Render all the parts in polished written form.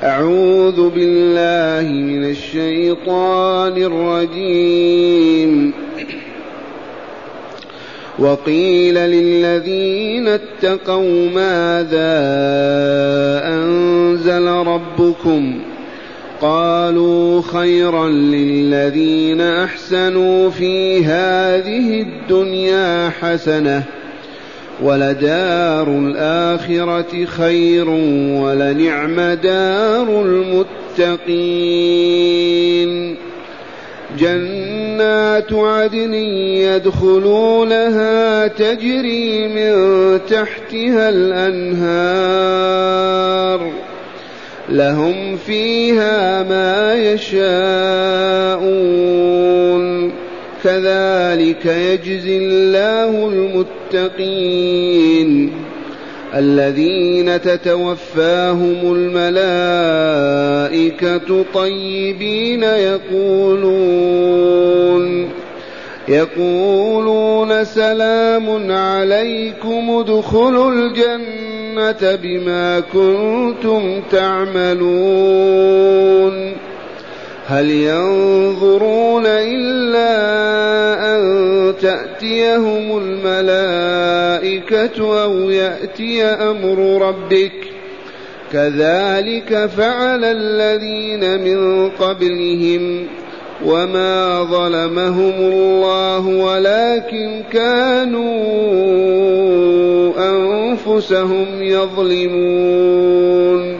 أعوذ بالله من الشيطان الرجيم. وقيل للذين اتقوا ماذا أنزل ربكم قالوا خيرا للذين أحسنوا في هذه الدنيا حسنة ولدار الآخرة خير ولنعم دار المتقين. جنات عدن يدخلونها تجري من تحتها الأنهار لهم فيها ما يشاءون كذلك يجزي الله المتقين الذين تتوفاهم الملائكة طيبين يقولون سلام عليكم ادخلوا الجنة بما كنتم تعملون. هل ينظرون إلا أن تأتيهم الملائكة أو يأتي أمر ربك كذلك فعل الذين من قبلهم وما ظلمهم الله ولكن كانوا أنفسهم يظلمون.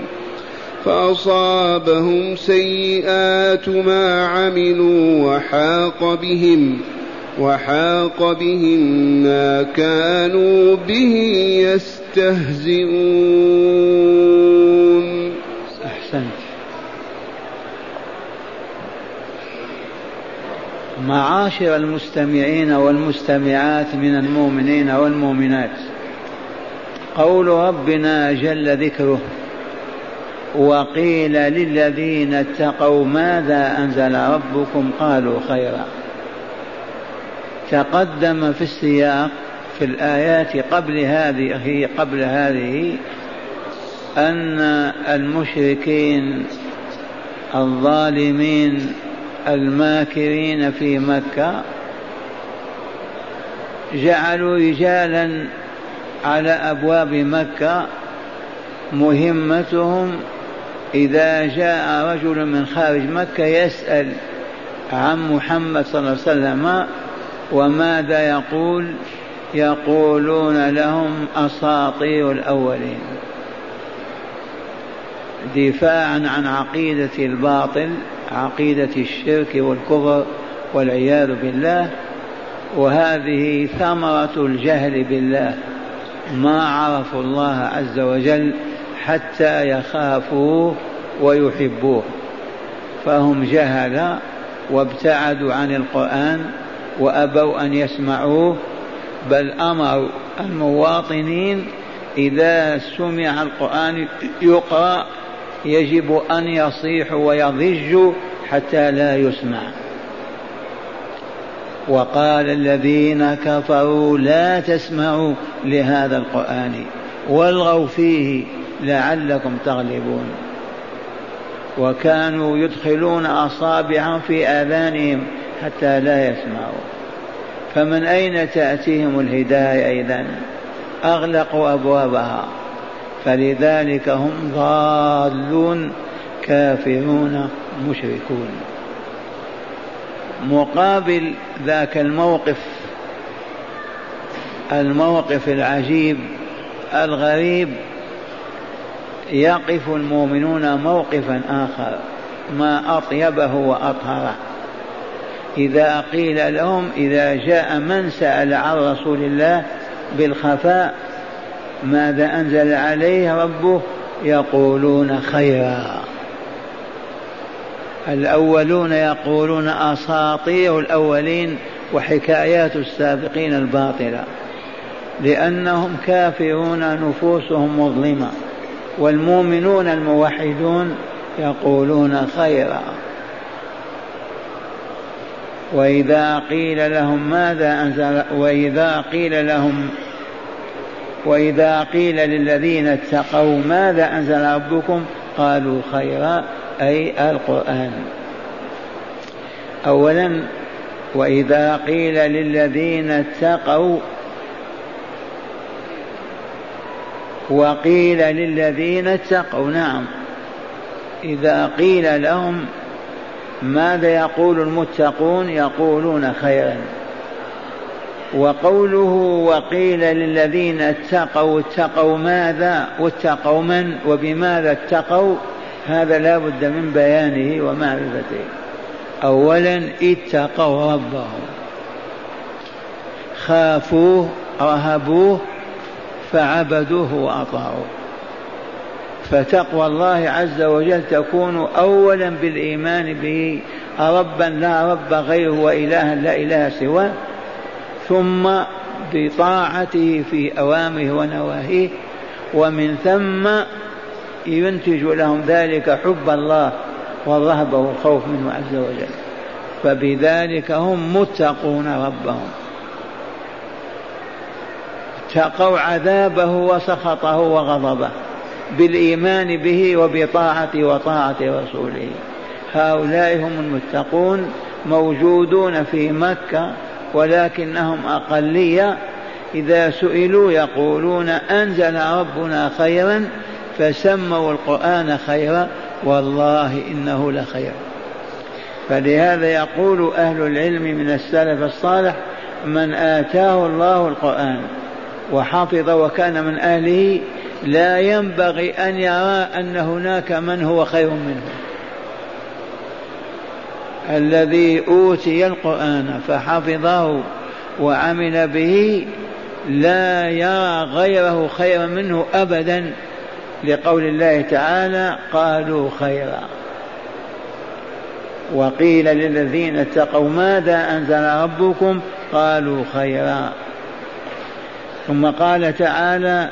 فأصابهم سيئات ما عملوا وحاق بهم ما كانوا به يستهزئون. أحسنت. معاشر المستمعين والمستمعات من المؤمنين والمؤمنات، قول ربنا جل ذكره وقيل للذين اتقوا ماذا أنزل ربكم قالوا خيرا، تقدم في السياق في الآيات قبل هذه أن المشركين الظالمين الماكرين في مكة جعلوا رجالا على أبواب مكة مهمتهم إذا جاء رجل من خارج مكة يسأل عن محمد صلى الله عليه وسلم وماذا يقولون لهم أساطير الأولين، دفاعا عن عقيدة الباطل، عقيدة الشرك والكفر والعياذ بالله. وهذه ثمرة الجهل بالله، ما عرفوا الله عز وجل حتى يخافوه ويحبوه، فهم جهل وابتعدوا عن القرآن وأبوا أن يسمعوه، بل أمروا المواطنين إذا سمع القرآن يقرأ يجب أن يصيحوا ويضجوا حتى لا يسمع. وقال الذين كفروا لا تسمعوا لهذا القرآن والغوا فيه لعلكم تغلبون. وكانوا يدخلون أصابعهم في آذانهم حتى لا يسمعوا. فمن أين تأتيهم الهداية إذن؟ أغلقوا أبوابها، فلذلك هم ضالون كافرون مشركون. مقابل ذاك الموقف العجيب الغريب يقف المؤمنون موقفا آخر ما أطيبه وأطهره. إذا قيل لهم، إذا جاء من سأل عن رسول الله بالخفاء ماذا أنزل عليه ربه يقولون خيرا. الأولون يقولون أساطير الأولين وحكايات السابقين الباطلة، لأنهم كافرون نفوسهم مظلمة. والمؤمنون الموحدون يقولون خيرا. وإذا قيل لهم ماذا أنزل، وإذا قيل للذين اتقوا ماذا أنزل ربكم قالوا خيرا أي القرآن. أولا وإذا قيل للذين اتقوا وقيل للذين اتقوا، نعم، إذا قيل لهم ماذا يقول المتقون؟ يقولون خيرا. وقوله وقيل للذين اتقوا، اتقوا ماذا واتقوا من وبماذا اتقوا؟ هذا لا بد من بيانه ومعرفته. أولا اتقوا ربهم، خافوه رهبوه فعبدوه وأطاعوه. فتقوى الله عز وجل تكون أولا بالإيمان به ربا لا رب غيره وإلها لا إله سواه، ثم بطاعته في أوامره ونواهيه، ومن ثم ينتج لهم ذلك حب الله والرهبة والخوف منه عز وجل، فبذلك هم متقون ربهم، اتقوا عذابه وسخطه وغضبه بالإيمان به وبطاعته وطاعة رسوله. هؤلاء هم المتقون، موجودون في مكة ولكنهم أقلية. إذا سئلوا يقولون أنزل ربنا خيرا فسموا القرآن خيرا، والله إنه لخير. فلهذا يقول أهل العلم من السلف الصالح: من آتاه الله القرآن وحفظ وكان من أهله لا ينبغي أن يرى أن هناك من هو خير منه. الذي أوتي القرآن فحفظه وعمل به لا يرى غيره خيرا منه أبدا، لقول الله تعالى: قالوا خيرا. وقيل للذين اتقوا ماذا أنزل ربكم؟ قالوا خيرا. ثم قال تعالى: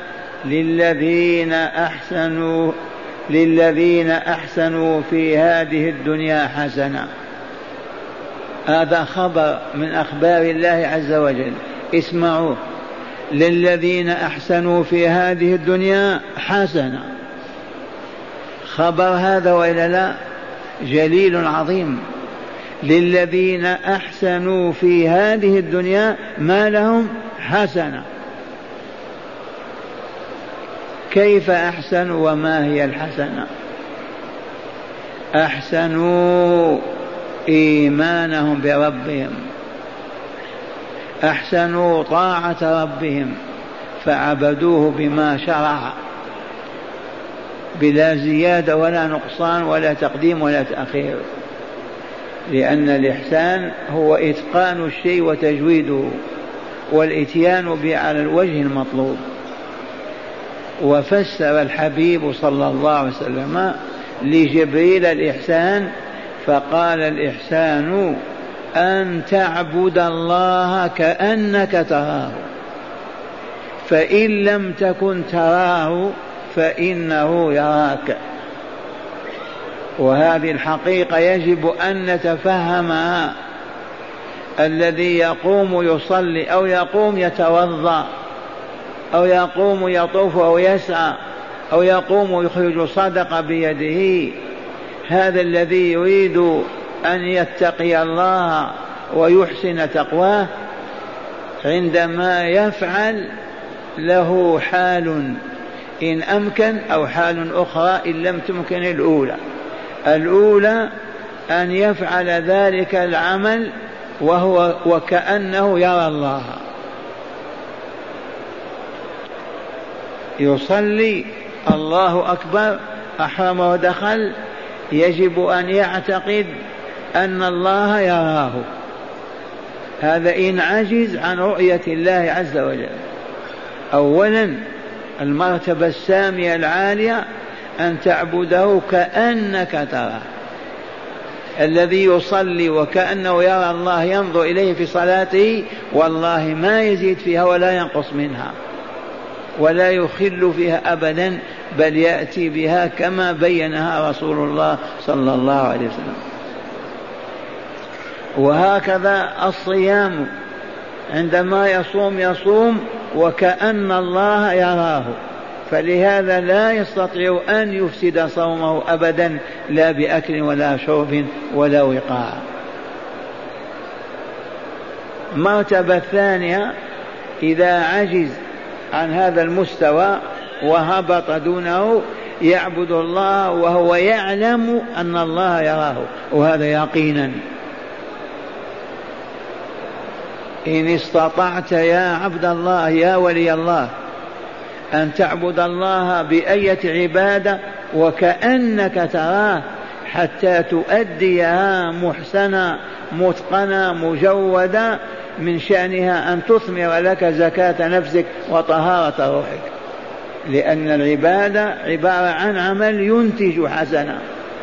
للذين أحسنوا في هذه الدنيا حسنة. هذا خبر من أخبار الله عز وجل، اسمعوا: للذين أحسنوا في هذه الدنيا حسنة. خبر هذا وإلا لا؟ جليل عظيم. للذين أحسنوا في هذه الدنيا ما لهم؟ حسنة. كيف أحسنوا وما هي الحسنة؟ أحسنوا إيمانهم بربهم، أحسنوا طاعة ربهم فعبدوه بما شرع بلا زيادة ولا نقصان ولا تقديم ولا تأخير، لأن الإحسان هو إتقان الشيء وتجويده والإتيان به على الوجه المطلوب. وفسر الحبيب صلى الله عليه وسلم لجبريل الإحسان فقال: الإحسان أن تعبد الله كأنك تراه، فإن لم تكن تراه فإنه يراك. وهذه الحقيقة يجب أن نتفهمها. الذي يقوم يصلي أو يقوم يتوضأ أو يقوم يطوف أو يسعى أو يقوم يخرج صدقة بيده، هذا الذي يريد أن يتقي الله ويحسن تقواه، عندما يفعل له حال إن أمكن أو حال أخرى إن لم تمكن الأولى أن يفعل ذلك العمل وهو وكأنه يرى الله. يصلي الله أكبر أحرم ودخل، يجب أن يعتقد أن الله يراه. هذا إن عجز عن رؤية الله عز وجل. أولا المرتبة السامية العالية أن تعبده كأنك تراه. الذي يصلي وكأنه يرى الله ينظر إليه في صلاته والله ما يزيد فيها ولا ينقص منها ولا يخل فيها أبدا، بل يأتي بها كما بينها رسول الله صلى الله عليه وسلم. وهكذا الصيام، عندما يصوم وكأن الله يراه، فلهذا لا يستطيع أن يفسد صومه أبدا، لا بأكل ولا شرب ولا وقاع. مرتبة ثانية، إذا عجز عن هذا المستوى وهبط دونه، يعبد الله وهو يعلم أن الله يراه، وهذا يقينا. إن استطعت يا عبد الله يا ولي الله أن تعبد الله بأية عبادة وكأنك تراه حتى تؤديها محسنة متقنة مجودة، من شأنها أن تثمر لك زكاة نفسك وطهارة روحك، لأن العبادة عبارة عن عمل ينتج حسنة.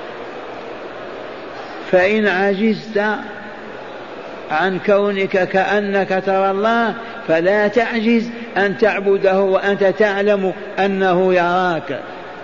فإن عجزت عن كونك كأنك ترى الله فلا تعجز أن تعبده وأنت تعلم أنه يراك.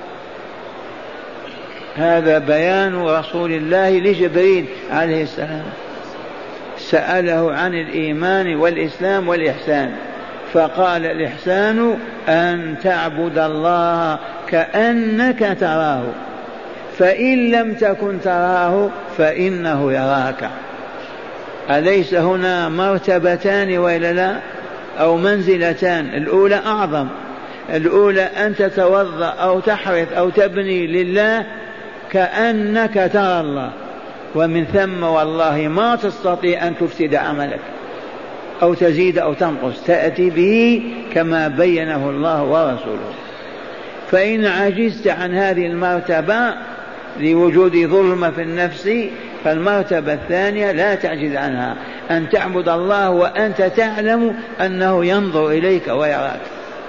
هذا بيان رسول الله لجبريل عليه السلام، سأله عن الإيمان والإسلام والإحسان، فقال الإحسان أن تعبد الله كأنك تراه، فإن لم تكن تراه فإنه يراك. أليس هنا مرتبتان وإلا لا؟ أو منزلتان؟ الأولى أعظم، الأولى أن تتوضأ أو تحرث أو تبني لله كأنك ترى الله، ومن ثم والله ما تستطيع أن تفسد عملك أو تزيد أو تنقص، تأتي به كما بينه الله ورسوله. فإن عجزت عن هذه المرتبة لوجود ظلمة في النفس، فالمرتبة الثانية لا تعجز عنها، أن تعبد الله وأنت تعلم أنه ينظر إليك ويراك.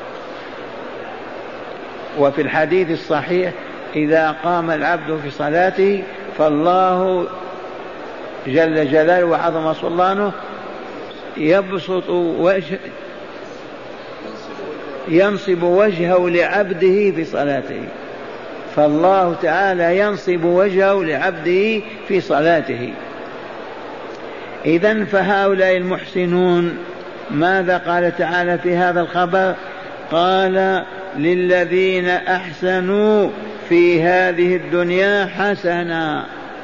وفي الحديث الصحيح إذا قام العبد في صلاته فالله جل جلاله وعظم سلطانه ينصب وجهه لعبده في صلاته، فالله تعالى ينصب وجهه لعبده في صلاته. إذن فهؤلاء المحسنون ماذا قال تعالى في هذا الخبر؟ قال للذين أحسنوا في هذه الدنيا حسنة،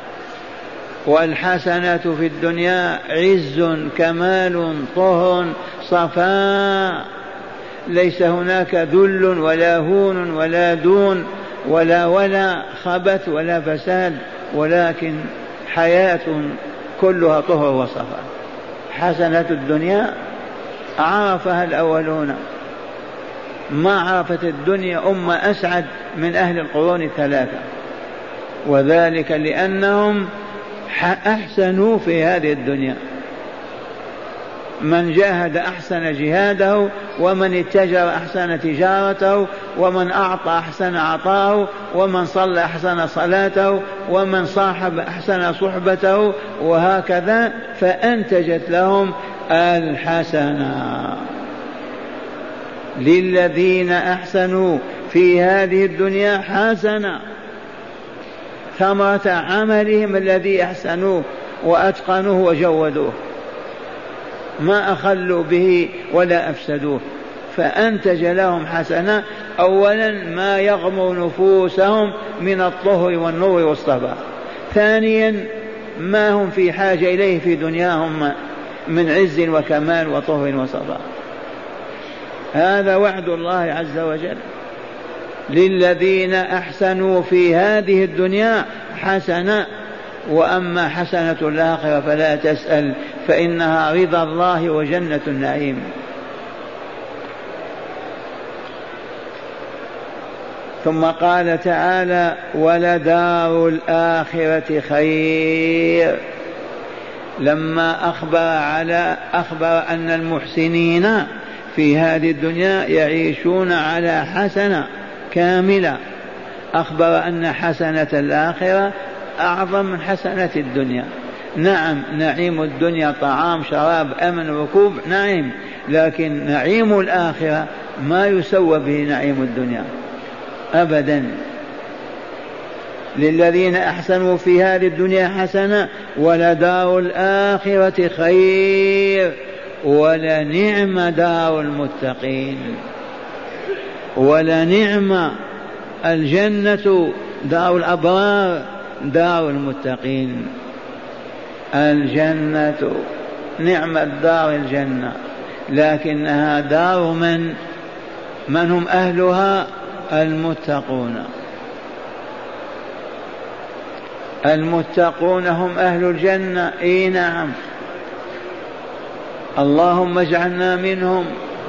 والحسنة في الدنيا عز كمال طهر صفاء، ليس هناك ذل ولا هون ولا دون ولا خبث ولا فساد، ولكن حياة كلها طهر وصفاء. حسنة الدنيا عرفها الأولون، ما عرفت الدنيا أمة أسعد من أهل القرون الثلاثة، وذلك لأنهم أحسنوا في هذه الدنيا. من جاهد أحسن جهاده، ومن اتجر أحسن تجارته، ومن أعطى أحسن عطاه، ومن صلى أحسن صلاته، ومن صاحب أحسن صحبته، وهكذا، فأنتجت لهم الحسنة. للذين أحسنوا في هذه الدنيا حسنة، ثمرة عملهم الذي أحسنوه وأتقنوه وجودوه، ما أخلوا به ولا أفسدوه، فأنتج لهم حسنة. أولا ما يغمر نفوسهم من الطهر والنور والصفاء، ثانيا ما هم في حاجة إليه في دنياهم من عز وكمال وطهر وصفاء. هذا وعد الله عز وجل، للذين أحسنوا في هذه الدنيا حسنة، وأما حسنة الآخرة فلا تسأل، فإنها رضا الله وجنة النعيم. ثم قال تعالى ولدار الآخرة خير، لما أخبر أن المحسنين في هذه الدنيا يعيشون على حسنة كاملة، أخبر أن حسنة الآخرة أعظم من حسنة الدنيا. نعم نعيم الدنيا طعام شراب أمن ركوب، نعيم، لكن نعيم الآخرة ما يسوى به نعيم الدنيا أبدا. للذين أحسنوا في هذه الدنيا حسنة ولدار الآخرة خير ولنعم دار المتقين. ولنعم الجنة دار الأبرار دار المتقين. الجنة نعم الدار الجنة، لكنها دار من هم أهلها؟ المتقون. المتقون هم أهل الجنة. إي نعم، اللهم اجعلنا منهم.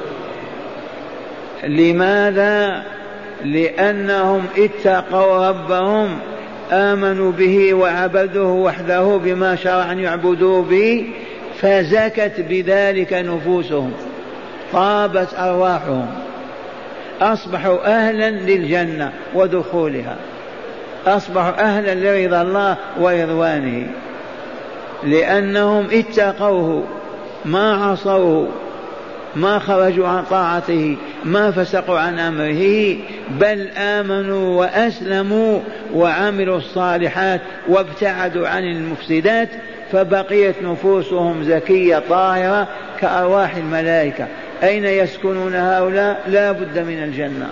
لماذا؟ لأنهم اتقوا ربهم، آمنوا به وعبدوه وحده بما شرع أن يعبدوه به، فزكت بذلك نفوسهم، طابت أرواحهم، أصبحوا أهلا للجنة ودخولها، أصبحوا أهلا لرضا الله ورضوانه، لأنهم اتقوه، ما عصوه، ما خرجوا عن طاعته، ما فسقوا عن أمره، بل آمنوا وأسلموا وعملوا الصالحات وابتعدوا عن المفسدات، فبقيت نفوسهم زكية طاهرة كأرواح الملائكة. أين يسكنون هؤلاء؟ لا بد من الجنة،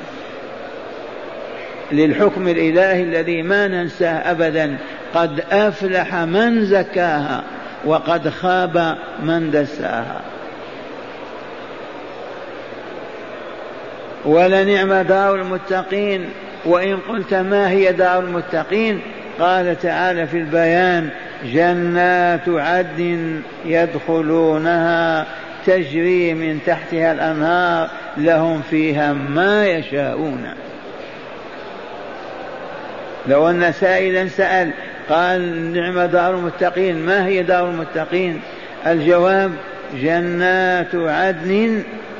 للحكم الإلهي الذي ما ننساه أبدا: قد أفلح من زكاها وقد خاب من دساها. ولنعم دار المتقين. وإن قلت ما هي دار المتقين؟ قال تعالى في البيان: جنات عدن يدخلونها تجري من تحتها الأنهار لهم فيها ما يشاءون. لو أن سائلا سأل قال: نعم دار المتقين، ما هي دار المتقين؟ الجواب: جنات عدن.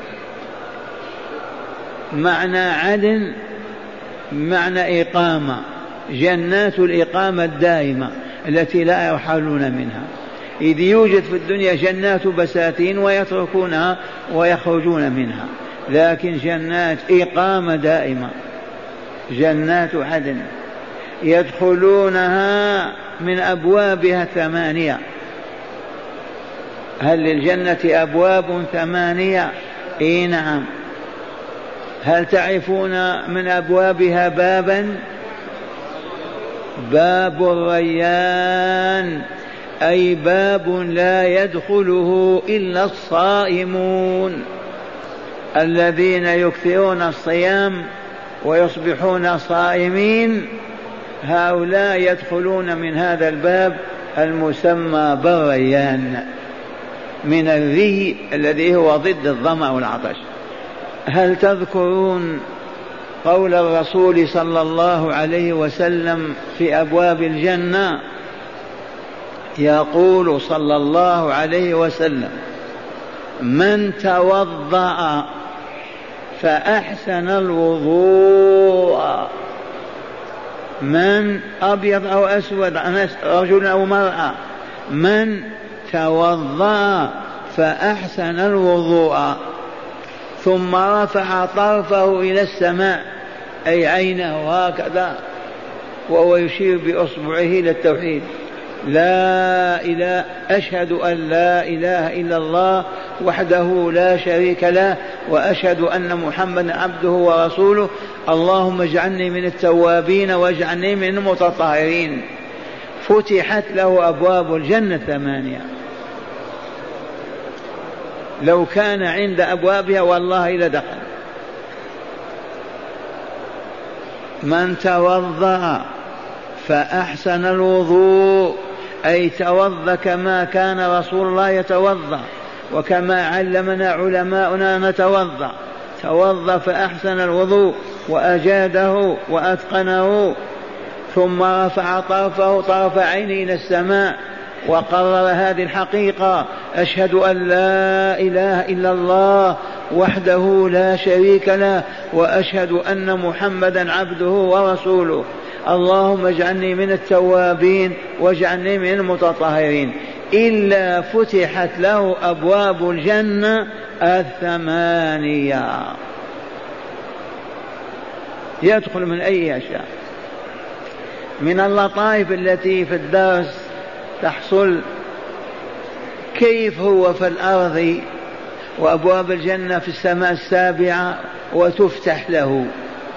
معنى عدن معنى إقامة، جنات الإقامة الدائمة التي لا يرحلون منها. إذ يوجد في الدنيا جنات بساتين ويتركونها ويخرجون منها، لكن جنات إقامة دائمة، جنات عدن يدخلونها من أبوابها 8. هل للجنة أبواب 8؟ إي نعم. هل تعرفون من أبوابها بابا؟ باب الريان، أي باب لا يدخله إلا الصائمون الذين يكثرون الصيام ويصبحون صائمين، هؤلاء يدخلون من هذا الباب المسمى بالريان، من الري الذي هو ضد الظمأ والعطش. هل تذكرون قول الرسول صلى الله عليه وسلم في أبواب الجنة؟ يقول صلى الله عليه وسلم: من توضأ فأحسن الوضوء، من أبيض أو أسود، رجل أو مرأة، من توضأ فأحسن الوضوء ثم رفع طرفه إلى السماء، أي عينه هكذا وهو يشير بأصبعه إلى التوحيد: لا إله، أشهد أن لا إله إلا الله وحده لا شريك له، وأشهد أن محمدا عبده ورسوله، اللهم اجعلني من التوابين واجعلني من المتطهرين. فتحت له أبواب الجنة 8. لو كان عند أبوابها والله لدخل. من توضأ فأحسن الوضوء، أي توضأ كما كان رسول الله يتوضأ وكما علمنا علماؤنا نتوضأ، توضأ فأحسن الوضوء وأجاده وأتقنه، ثم رفع طرف عينه إلى السماء وقرر هذه الحقيقة: أشهد أن لا إله إلا الله وحده لا شريك له، وأشهد أن محمدا عبده ورسوله، اللهم اجعلني من التوابين واجعلني من المتطهرين. إلا فتحت له أبواب الجنة 8، يدخل من أي شاء. من اللطائف التي في الدرس تحصل كيف هو في الأرض وأبواب الجنة في السماء 7 وتفتح له.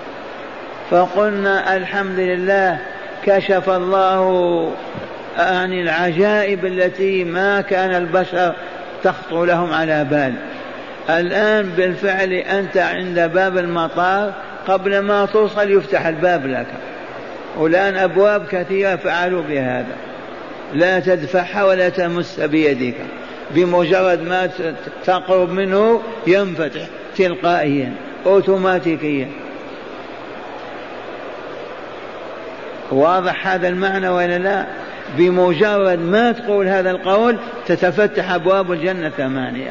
فقلنا الحمد لله كشف الله عن العجائب التي ما كان البشر تخطر لهم على بال. الآن بالفعل أنت عند باب المطار قبل ما توصل يفتح الباب لك، والآن أبواب كثيرة فعلوا بهذا، لا تدفعها ولا تمس بيدك، بمجرد ما تقرب منه ينفتح تلقائيا أوتوماتيكيا. واضح هذا المعنى ولا لا؟ بمجرد ما تقول هذا القول تتفتح أبواب الجنة 8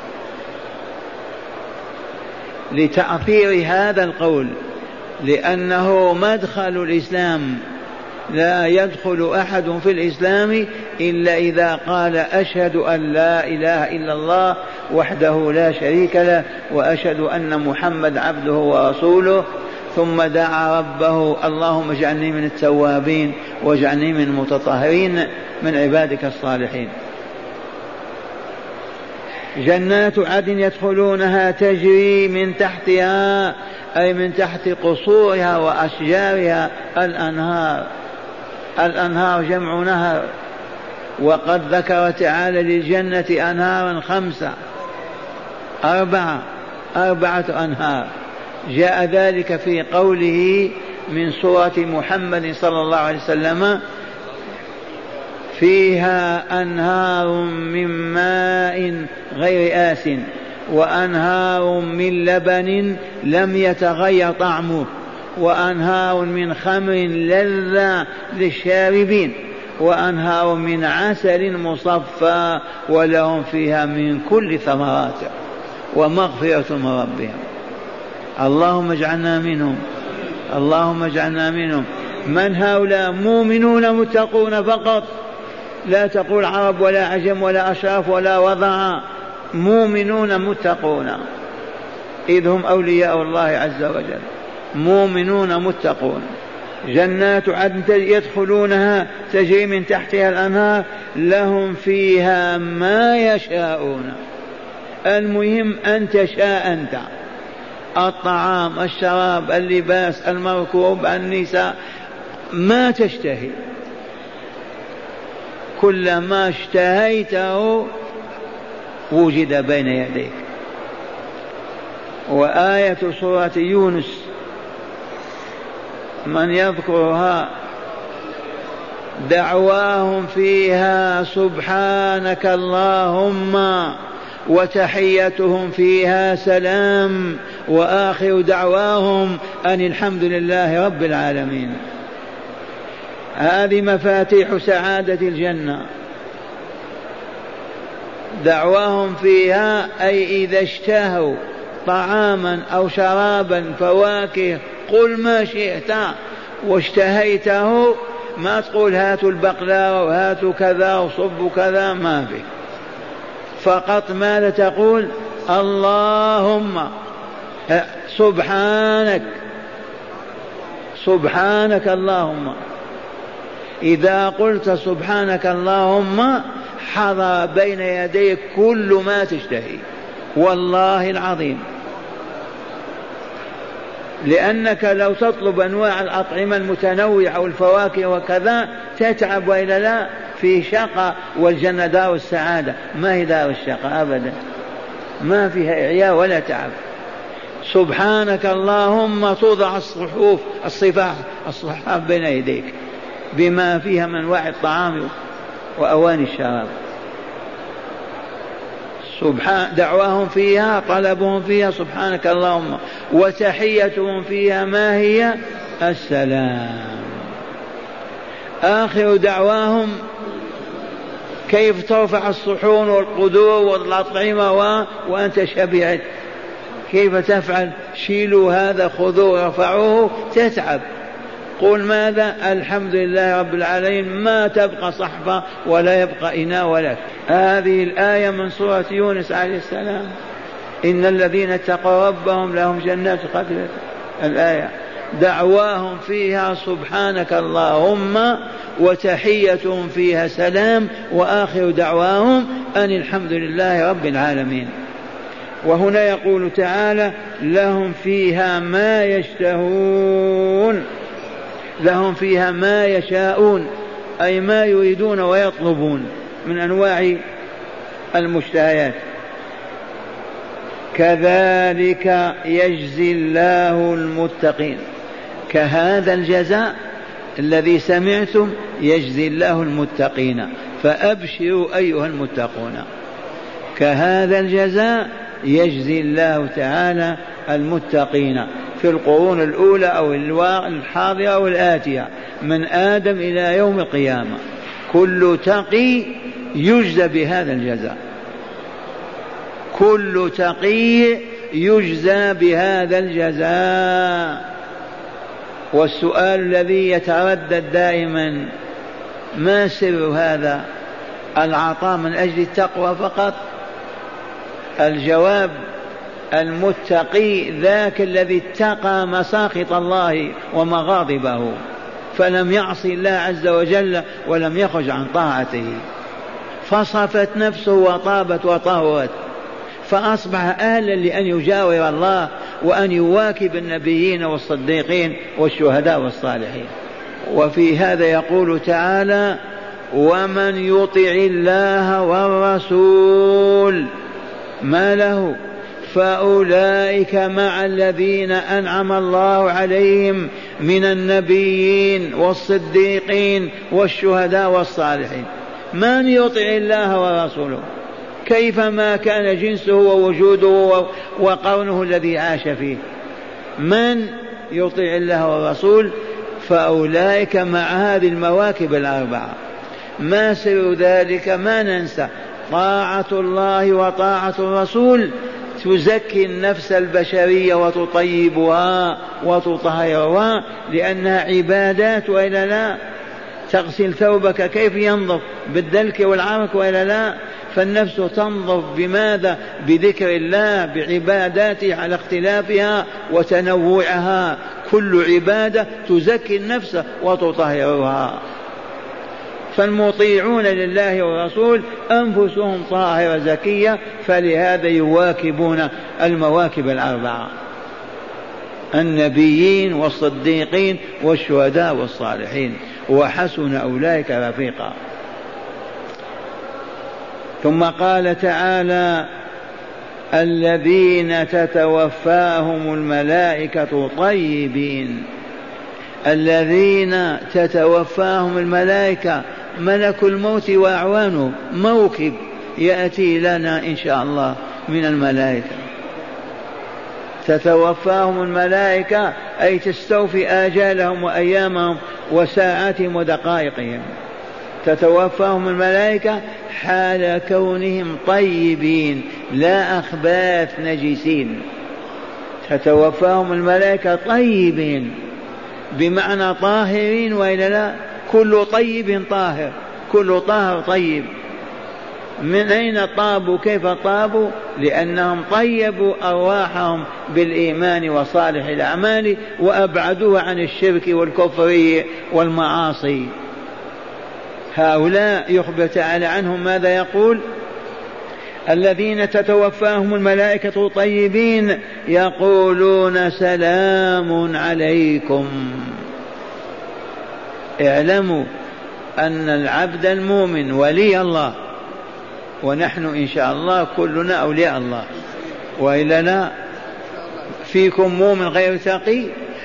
لتأثير هذا القول، لأنه مدخل الإسلام. لا يدخل أحد في الإسلام إلا إذا قال أشهد أن لا إله إلا الله وحده لا شريك له وأشهد أن محمد عبده ورسوله، ثم دعا ربه اللهم اجعلني من التوابين واجعلني من المتطهرين من عبادك الصالحين. جنات عدن يدخلونها تجري من تحتها أي من تحت قصورها وأشجارها الأنهار. الأنهار جمع نهر، وقد ذكر تعالى للجنة أنهارا 5 4 أنهار. جاء ذلك في قوله من سورة محمد صلى الله عليه وسلم فيها أنهار من ماء غير آس وأنهار من لبن لم يتغير طعمه وأنهار من خمر لذة للشاربين وأنهار من عسل مصفى ولهم فيها من كل ثمرات ومغفرة من ربهم. اللهم اجعلنا منهم، اللهم اجعلنا منهم. من هؤلاء؟ مؤمنون متقون فقط، لا تقول عرب ولا عجم ولا أشراف ولا وضع، مؤمنون متقون، إذ هم أولياء الله عز وجل، مؤمنون متقون. جنات عدن يدخلونها تجري من تحتها الأنهار لهم فيها ما يشاءون. المهم أن تشاء أنت، الطعام الشراب اللباس المركوب النساء، ما تشتهي، كل ما اشتهيته وجد بين يديك. وآية سورة يونس من يذكرها دعواهم فيها سبحانك اللهم وتحيتهم فيها سلام وآخر دعواهم أن الحمد لله رب العالمين. هذه مفاتيح سعادة الجنة. دعواهم فيها أي إذا اشتهوا طعاما أو شرابا فواكه قل ما شئت واشتهيته، ما تقول هاتوا البقلاوة وهاتوا كذا وصبوا كذا، ما في، فقط ماذا تقول؟ اللهم سبحانك، سبحانك اللهم. إذا قلت سبحانك اللهم حضر بين يديك كل ما تشتهي، والله العظيم. لأنك لو تطلب أنواع الأطعمة المتنوعة والفواكه وكذا تتعب، وإلا لا، في شقة، والجنة دار السعادة، ما هي دار الشقة أبدا، ما فيها إعياء ولا تعب. سبحانك اللهم توضع الصحاف بين يديك بما فيها من أنواع الطعام وأواني الشراب. دعواهم فيها طلبهم فيها سبحانك اللهم، وتحيتهم فيها ما هي؟ السلام. آخر دعواهم كيف ترفع الصحون والقدور والأطعمة وأنت شبعت، كيف تفعل؟ شيلوا هذا خذوه رفعوه، تتعب. قل ماذا؟ الحمد لله رب العالمين، ما تبقى صحفة ولا يبقى إناء ولا. هذه الآية من سورة يونس عليه السلام، إن الذين اتقوا ربهم لهم جنات خالدة. الآية دعواهم فيها سبحانك اللهم وتحيتهم فيها سلام وآخر دعواهم أن الحمد لله رب العالمين. وهنا يقول تعالى لهم فيها ما يشتهون، لهم فيها ما يشاءون، أي ما يريدون ويطلبون من أنواع المشتهيات. كذلك يجزي الله المتقين، كهذا الجزاء الذي سمعتم يجزي الله المتقين، فأبشروا أيها المتقون، كهذا الجزاء يجزي الله تعالى المتقين في القرون الأولى أو الحاضرة أو الآتية من آدم إلى يوم القيامة، كل تقي يجزى بهذا الجزاء، كل تقي يجزى بهذا الجزاء. والسؤال الذي يتردد دائما ما سر هذا العطاء من أجل التقوى فقط؟ الجواب المتقي ذاك الذي اتقى مساخط الله ومغاضبه فلم يعصي الله عز وجل ولم يخرج عن طاعته، فصفت نفسه وطابت وطهرت، فأصبح أهلا لأن يجاور الله وأن يواكب النبيين والصديقين والشهداء والصالحين. وفي هذا يقول تعالى ومن يطع الله والرسول ما له فأولئك مع الذين أنعم الله عليهم من النبيين والصديقين والشهداء والصالحين. من يطع الله ورسوله كيفما كان جنسه ووجوده وقرنه الذي عاش فيه، من يطع الله والرسول فأولئك مع هذه المواكب الأربعة. ما سر ذلك؟ ما ننسى طاعة الله وطاعة الرسول تزكي النفس البشرية وتطيبها وتطهرها لأنها عبادات وإلا لا؟ تغسل ثوبك كيف ينظف؟ بالدلك والعرق وإلا لا؟ فالنفس تنظف بماذا؟ بذكر الله بعباداته على اختلافها وتنوعها، كل عبادة تزكي النفس وتطهرها. فالمطيعون لله والرسول أنفسهم طاهرة زكية، فلهذا يواكبون المواكب الأربعة، النبيين والصديقين والشهداء والصالحين، وحسن أولئك رفيقا. ثم قال تعالى الذين تتوفاهم الملائكة طيبين، الذين تتوفاهم الملائكة ملك الموت وأعوانه، موكب يأتي لنا إن شاء الله من الملائكة. تتوفاهم الملائكة أي تستوفي آجالهم وأيامهم وساعاتهم ودقائقهم. تتوفاهم الملائكة حال كونهم طيبين لا أخباث نجسين. تتوفاهم الملائكة طيبين بمعنى طاهرين وإلا لا؟ كل طيب طاهر، كل طاهر طيب. من أين طابوا؟ كيف طابوا؟ لأنهم طيبوا أرواحهم بالإيمان وصالح الأعمال وأبعدوها عن الشرك والكفر والمعاصي. هؤلاء يخبر تعالى عنهم ماذا يقول؟ الذين تتوفاهم الملائكة طيبين يقولون سلام عليكم. اعلموا أن العبد المؤمن ولي الله، ونحن إن شاء الله كلنا أولياء الله، وإلا لا؟ فيكم مؤمن غير تقي،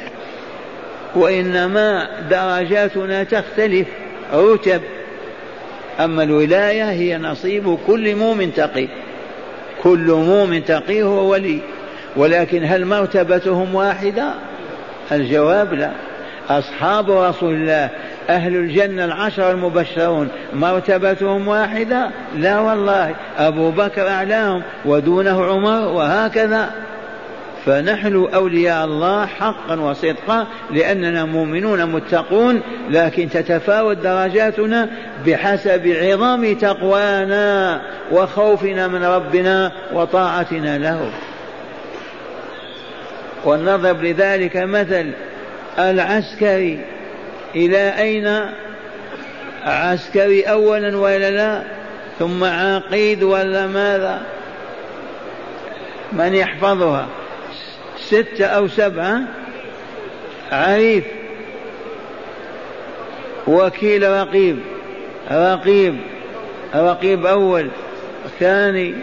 وإنما درجاتنا تختلف رتب، أما الولاية هي نصيب كل مؤمن تقي، كل مؤمن تقي هو ولي. ولكن هل مرتبتهم واحدة؟ الجواب لا. أصحاب رسول الله أهل الجنة العشر المبشرون مرتبتهم واحدة؟ لا والله، أبو بكر أعلاهم ودونه عمر وهكذا. فنحن أولياء الله حقا وصدقا لأننا مؤمنون متقون، لكن تتفاوت درجاتنا بحسب عظم تقوانا وخوفنا من ربنا وطاعتنا له. ونضرب لذلك مثل العسكري، إلى أين؟ عسكري أولا ولا لا؟ ثم عقيد ولا ماذا؟ من يحفظها 6 أو 7 عريف وكيل رقيب أول ثاني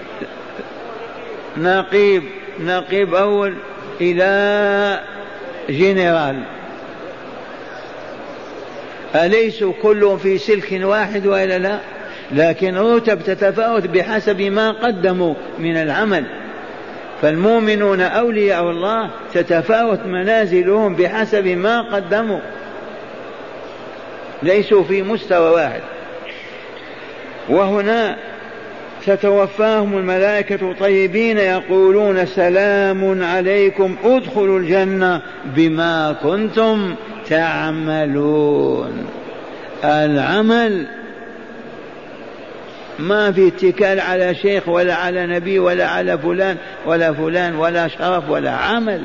نقيب أول إلى جنرال. أليسوا كلهم في سلك واحد وإلا لا؟ لكن رتب تتفاوت بحسب ما قدموا من العمل. فالمؤمنون أولياء الله تتفاوت منازلهم بحسب ما قدموا، ليسوا في مستوى واحد. وهنا تتوفاهم الملائكة طيبين يقولون سلام عليكم ادخلوا الجنة بما كنتم تعملون. العمل ما في اتكال على شيخ ولا على نبي ولا على فلان ولا شرف ولا عمل.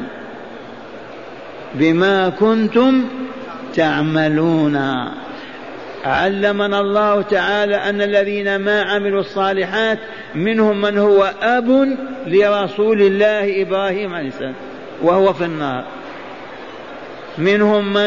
بما كنتم تعملون. علمنا الله تعالى أن الذين ما عملوا الصالحات منهم من هو أب لرسول الله إبراهيم عليه السلام وهو في النار، منهم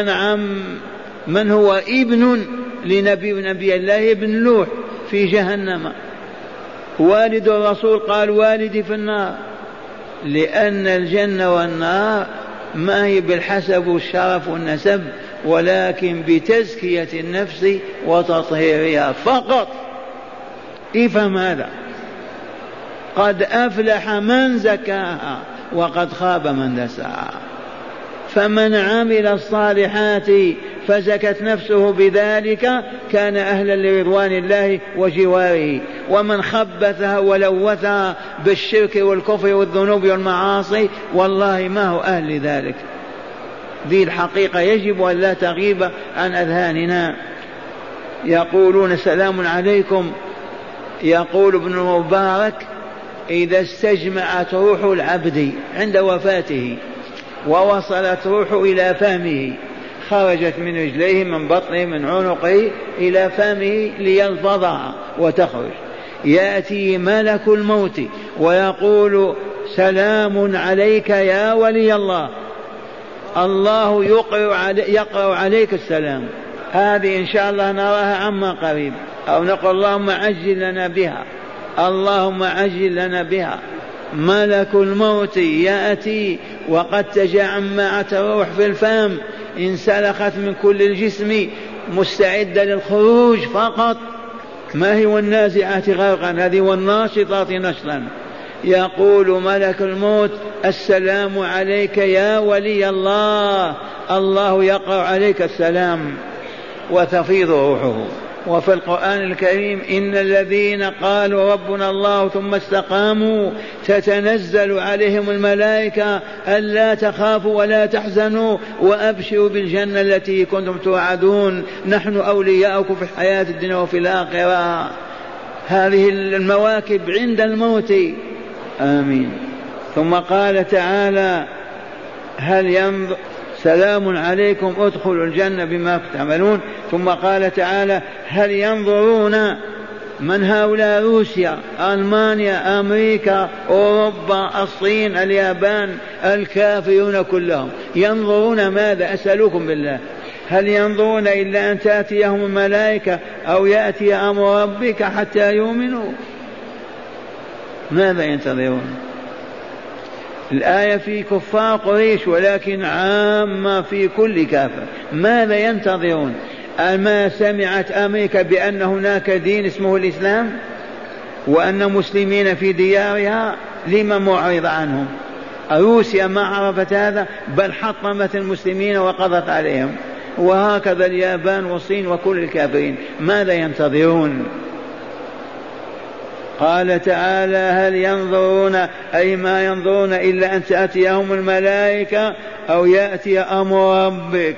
من هو ابن لنبي الله ابن لوح في جهنم. والد الرسول قال والدي في النار، لأن الجنة والنار ما هي بالحسب والشرف والنسب، ولكن بتزكية النفس وتطهيرها فقط. افهم هذا. قد أفلح من زكاها وقد خاب من دساها. فمن عمل الصالحات فزكت نفسه بذلك كان أهلا لرضوان الله وجواره، ومن خبثها ولوثها بالشرك والكفر والذنوب والمعاصي والله ما هو أهل لذلك. ذي الحقيقة يجب أن لا تغيب عن أذهاننا. يقولون سلام عليكم. يقول ابن المبارك إذا استجمعت روح العبد عند وفاته ووصلت روحه إلى فمه، خرجت من رجليه من بطنه من عنقه إلى فمه ليلفظها وتخرج، يأتي ملك الموت ويقول سلام عليك يا ولي الله. الله يقرأ عليك السلام. هذه إن شاء الله نراها عما قريب، أو نقول اللهم عجل لنا بها، اللهم عجل لنا بها. ملك الموت يأتي وقد تجمعت الروح في الفم، انسلخت من كل الجسم مستعدة للخروج فقط. ما هي والنازعات غرقا، هذه والناشطات نشطا. يقول ملك الموت السلام عليك يا ولي الله، الله يقرأ عليك السلام وتفيض روحه. وفي القرآن الكريم إن الذين قالوا ربنا الله ثم استقاموا تتنزل عليهم الملائكة ألا تخافوا ولا تحزنوا وأبشروا بالجنة التي كنتم توعدون نحن أولياؤكم في الحياة الدنيا وفي الآخرة. هذه المواكب عند الموت. آمين. ثم قال تعالى هل ينظر سلام عليكم ادخلوا الجنة بما تعملون. ثم قال تعالى هل ينظرون، من هؤلاء؟ روسيا، ألمانيا، أمريكا، أوروبا، الصين، اليابان، الكافرون كلهم ينظرون ماذا؟ أسألكم بالله، هل ينظرون إلا أن تأتيهم الملائكة أو يأتي أمر ربك حتى يؤمنوا؟ ماذا ينتظرون؟ الآية في كفار قريش ولكن عامة في كل كافر. ماذا ينتظرون؟ أما سمعت أمريكا بأن هناك دين اسمه الإسلام وأن مسلمين في ديارها؟ لما معرض عنهم؟ روسيا ما عرفت هذا، بل حطمت المسلمين وقضت عليهم، وهكذا اليابان والصين وكل الكافرين. ماذا ينتظرون؟ قال تعالى هل ينظرون أي ما ينظرون إلا أن تأتيهم الملائكة أو يأتي أمر ربك.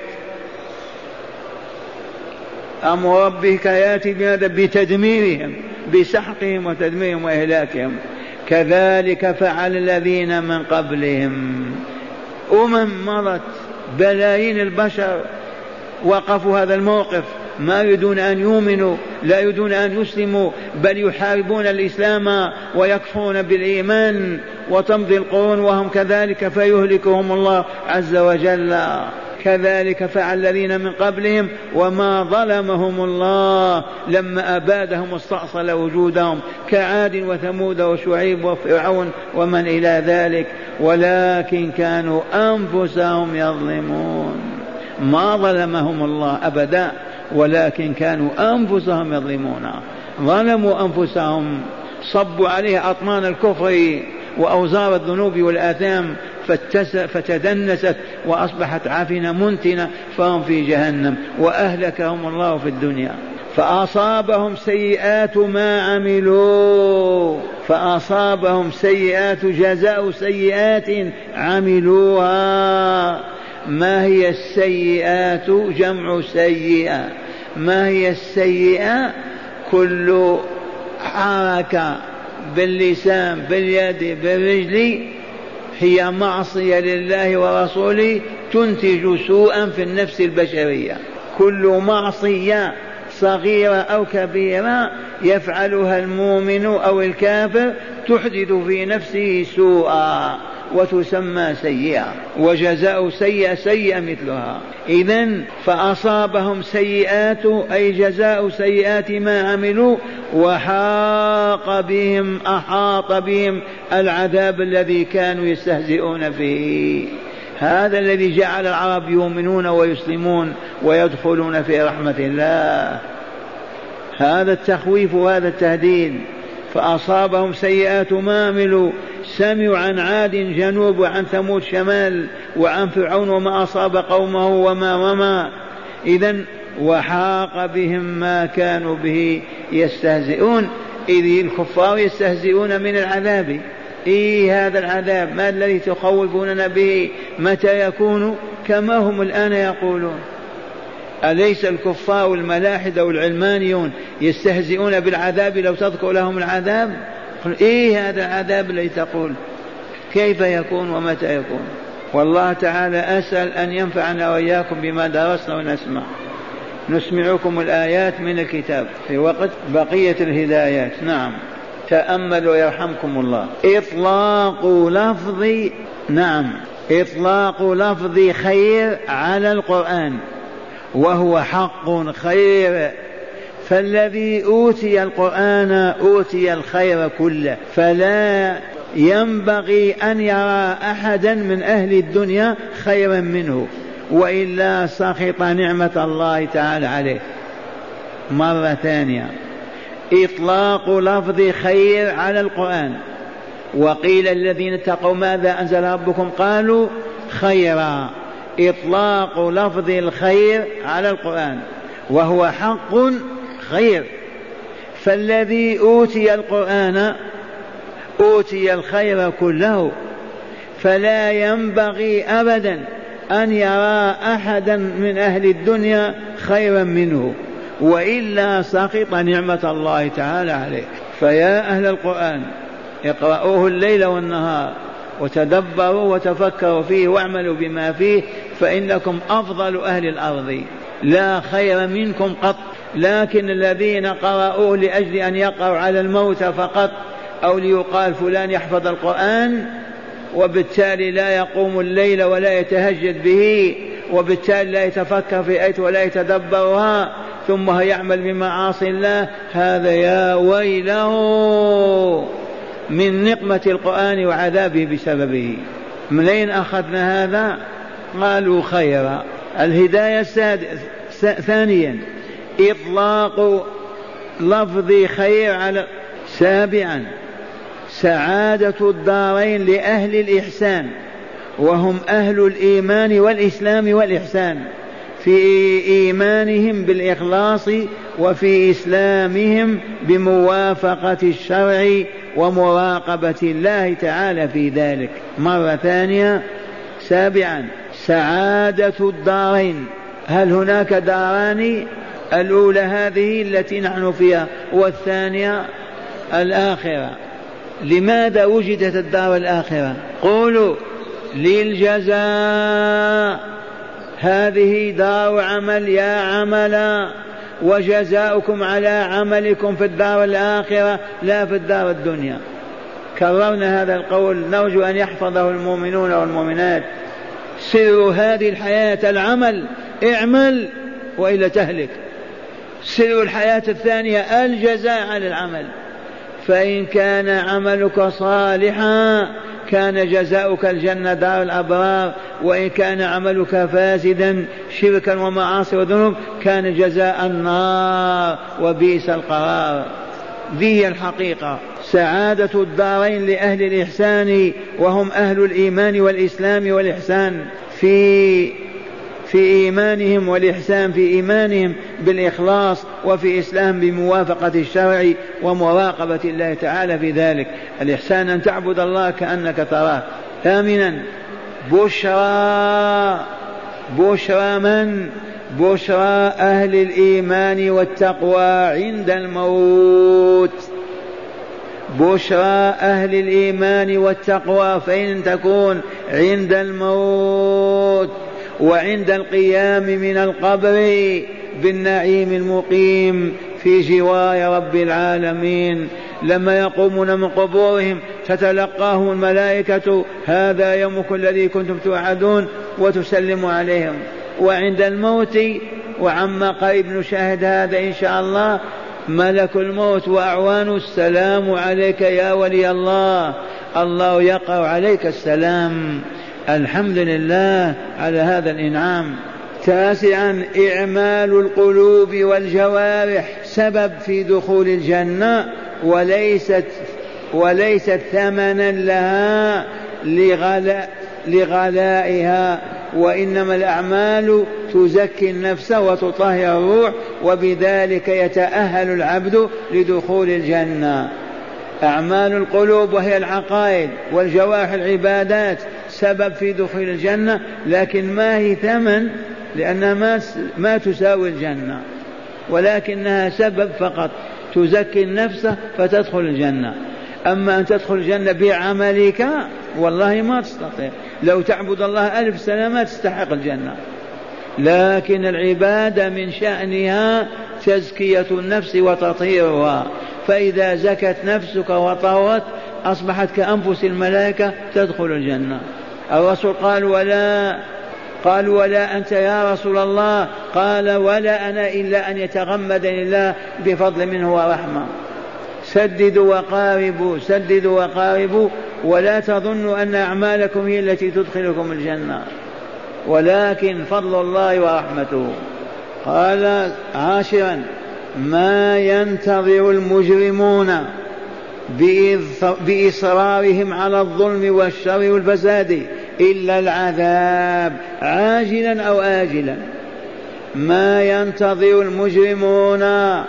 أمر ربك يأتي بهذا بتدميرهم، بسحقهم وتدميرهم وإهلاكهم. كذلك فعل الذين من قبلهم. مضت بلايين البشر وقفوا هذا الموقف، ما يريدون أن يؤمنوا لا يريدون أن يسلموا بل يحاربون الإسلام ويكفرون بالإيمان، وتمضي القرون وهم كذلك فيهلكهم الله عز وجل. كذلك فعل الذين من قبلهم وما ظلمهم الله لما أبادهم واستأصل وجودهم كعاد وثمود وشعيب وفرعون ومن إلى ذلك، ولكن كانوا أنفسهم يظلمون. ما ظلمهم الله أبدا، ولكن كانوا أنفسهم يظلمون. ظلموا أنفسهم، صبوا عليها أطنان الكفر وأوزار الذنوب والآثام فتدنست وأصبحت عافنة منتنة، فهم في جهنم، وأهلكهم الله في الدنيا. فأصابهم سيئات ما عملوا، فأصابهم سيئات جزاء سيئات عملوها. ما هي السيئات؟ جمع سيئة. ما هي السيئة؟ كل حركة باللسان باليد بالرجل هي معصية لله ورسوله تنتج سوءا في النفس البشرية. كل معصية صغيرة أو كبيرة يفعلها المؤمن أو الكافر تحدث في نفسه سوءا وتسمى سيئة، وجزاء سيئة سيئة مثلها. إذن فأصابهم سيئات أي جزاء سيئات ما عملوا، وحاق بهم أحاط بهم العذاب الذي كانوا يستهزئون فيه. هذا الذي جعل العرب يؤمنون ويسلمون ويدخلون في رحمة الله. هذا التخويف وهذا التهديد. فأصابهم سيئات ما عملوا، سمعوا عن عاد جنوب وعن ثمود شمال وعن فرعون وما أصاب قومه وما إذن وحاق بهم ما كانوا به يستهزئون. إذ الكفار يستهزئون من العذاب. هذا العذاب ما الذي تخوفوننا به؟ متى يكون؟ كما هم الآن يقولون. أليس الكفار والملاحدة والعلمانيون يستهزئون بالعذاب لو تذكر لهم العذاب؟ هذا العذاب الذي تقول كيف يكون ومتى يكون؟ والله تعالى أسأل أن ينفعنا وإياكم بما درسنا ونسمع. نسمعكم الآيات من الكتاب في وقت بقية الهدايات. نعم، تأملوا يرحمكم الله. إطلاق لفظ، نعم، إطلاق لفظ خير على القرآن، وهو حق خير. فالذي أوتي القرآن أوتي الخير كله، فلا ينبغي أن يرى أحدا من أهل الدنيا خيرا منه، وإلا سخط نعمة الله تعالى عليه. مرة ثانية، إطلاق لفظ خير على القرآن. وقيل الذين اتقوا ماذا أنزل ربكم؟ قالوا خيرا. إطلاق لفظ الخير على القرآن وهو حق خير. فالذي أوتي القرآن أوتي الخير كله، فلا ينبغي أبدا أن يرى أحدا من أهل الدنيا خيرا منه، وإلا سقط نعمة الله تعالى عليه. فيا أهل القرآن اقرأوه الليل والنهار وتدبروا وتفكروا فيه واعملوا بما فيه، فإنكم أفضل أهل الأرض، لا خير منكم قط. لكن الذين قرأوه لأجل أن يقرأوا على الموت فقط، أو ليقال فلان يحفظ القرآن وبالتالي لا يقوم الليل ولا يتهجد به، وبالتالي لا يتفكر في آية ولا يتدبرها، ثم يعمل بمعاصي الله، هذا يا ويله من نقمة القرآن وعذابه بسببه. منين أخذنا هذا؟ قالوا خيرا. الهداية ثانيا، إطلاق لفظ خير على. سابعا، سعادة الدارين لأهل الإحسان، وهم أهل الإيمان والإسلام والإحسان، في إيمانهم بالإخلاص وفي إسلامهم بموافقة الشرع ومراقبة الله تعالى في ذلك. مرة ثانية، سابعا، سعادة الدارين. هل هناك داران؟ الأولى هذه التي نحن فيها، والثانية الآخرة. لماذا وجدت الدار الآخرة؟ قولوا للجزاء. هذه دار عمل يا عملا، وجزاؤكم على عملكم في الدار الآخرة لا في الدار الدنيا. كررنا هذا القول، نرجو أن يحفظه المؤمنون والمؤمنات. سر هذه الحياة العمل، اعمل وإلا تهلك. سر الحياة الثانية الجزاء على العمل، فإن كان عملك صالحا كان جزاؤك الجنة دار الأبرار، وإن كان عملك فاسدا شركا ومعاصي وذنوب كان جزاء النار وبئس القرار. ذي الحقيقة. سعادة الدارين لأهل الإحسان وهم أهل الإيمان والإسلام والإحسان في إيمانهم، والإحسان في إيمانهم بالإخلاص، وفي إسلام بموافقة الشرع ومراقبة الله تعالى في ذلك. الإحسان أن تعبد الله كأنك تراه. ثامنا بشرى من؟ بشرى أهل الإيمان والتقوى عند الموت. بشرى أهل الإيمان والتقوى فإن تكون عند الموت وعند القيام من القبر بالنعيم المقيم في جوار رب العالمين. لما يقومون من قبورهم تتلقاهم الملائكة هذا يومكم الذي كنتم توعدون وتسلم عليهم. وعند الموت وعما قريب نشاهد هذا إن شاء الله، ملك الموت وأعوان السلام عليك يا ولي الله، الله يقرأ عليك السلام. الحمد لله على هذا الإنعام. تاسعا إعمال القلوب والجوارح سبب في دخول الجنة، وليست ثمنا لها لغلائها، وإنما الأعمال تزكي النفس وتطهر الروح، وبذلك يتأهل العبد لدخول الجنة. أعمال القلوب وهي العقائد والجوارح العبادات سبب في دخول الجنة، لكن ما هي ثمن، لأنها ما تساوي الجنة، ولكنها سبب فقط تزكي النفس فتدخل الجنة. أما أن تدخل الجنة بعملك والله ما تستطيع، لو تعبد الله 1000 سنة ما تستحق الجنة. لكن العبادة من شأنها تزكية النفس وتطهيرها، فإذا زكت نفسك وطهرت أصبحت كأنفس الملائكة تدخل الجنة. الرسول قال ولا أنت يا رسول الله؟ قال ولا أنا إلا أن يتغمدني الله بفضل منه ورحمة. سددوا وقاربوا ولا تظنوا أن أعمالكم هي التي تدخلكم الجنة، ولكن فضل الله ورحمته. قال عاشرا ما ينتظر المجرمون بإصرارهم على الظلم والشر والفساد إلا العذاب عاجلا أو آجلا. ما ينتظر المجرمون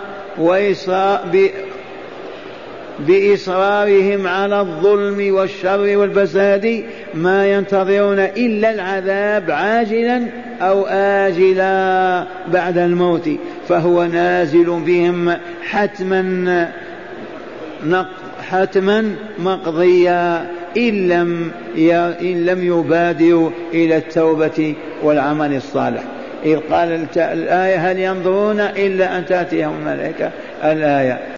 بإصرارهم على الظلم والشر والفساد ما ينتظرون إلا العذاب عاجلا أو آجلا بعد الموت، فهو نازل بهم حتما مقضيا إن لم يبادروا إلى التوبة والعمل الصالح. إذ قال الآية هل ينظرون إلا أن تأتيهم الملائكة الآية.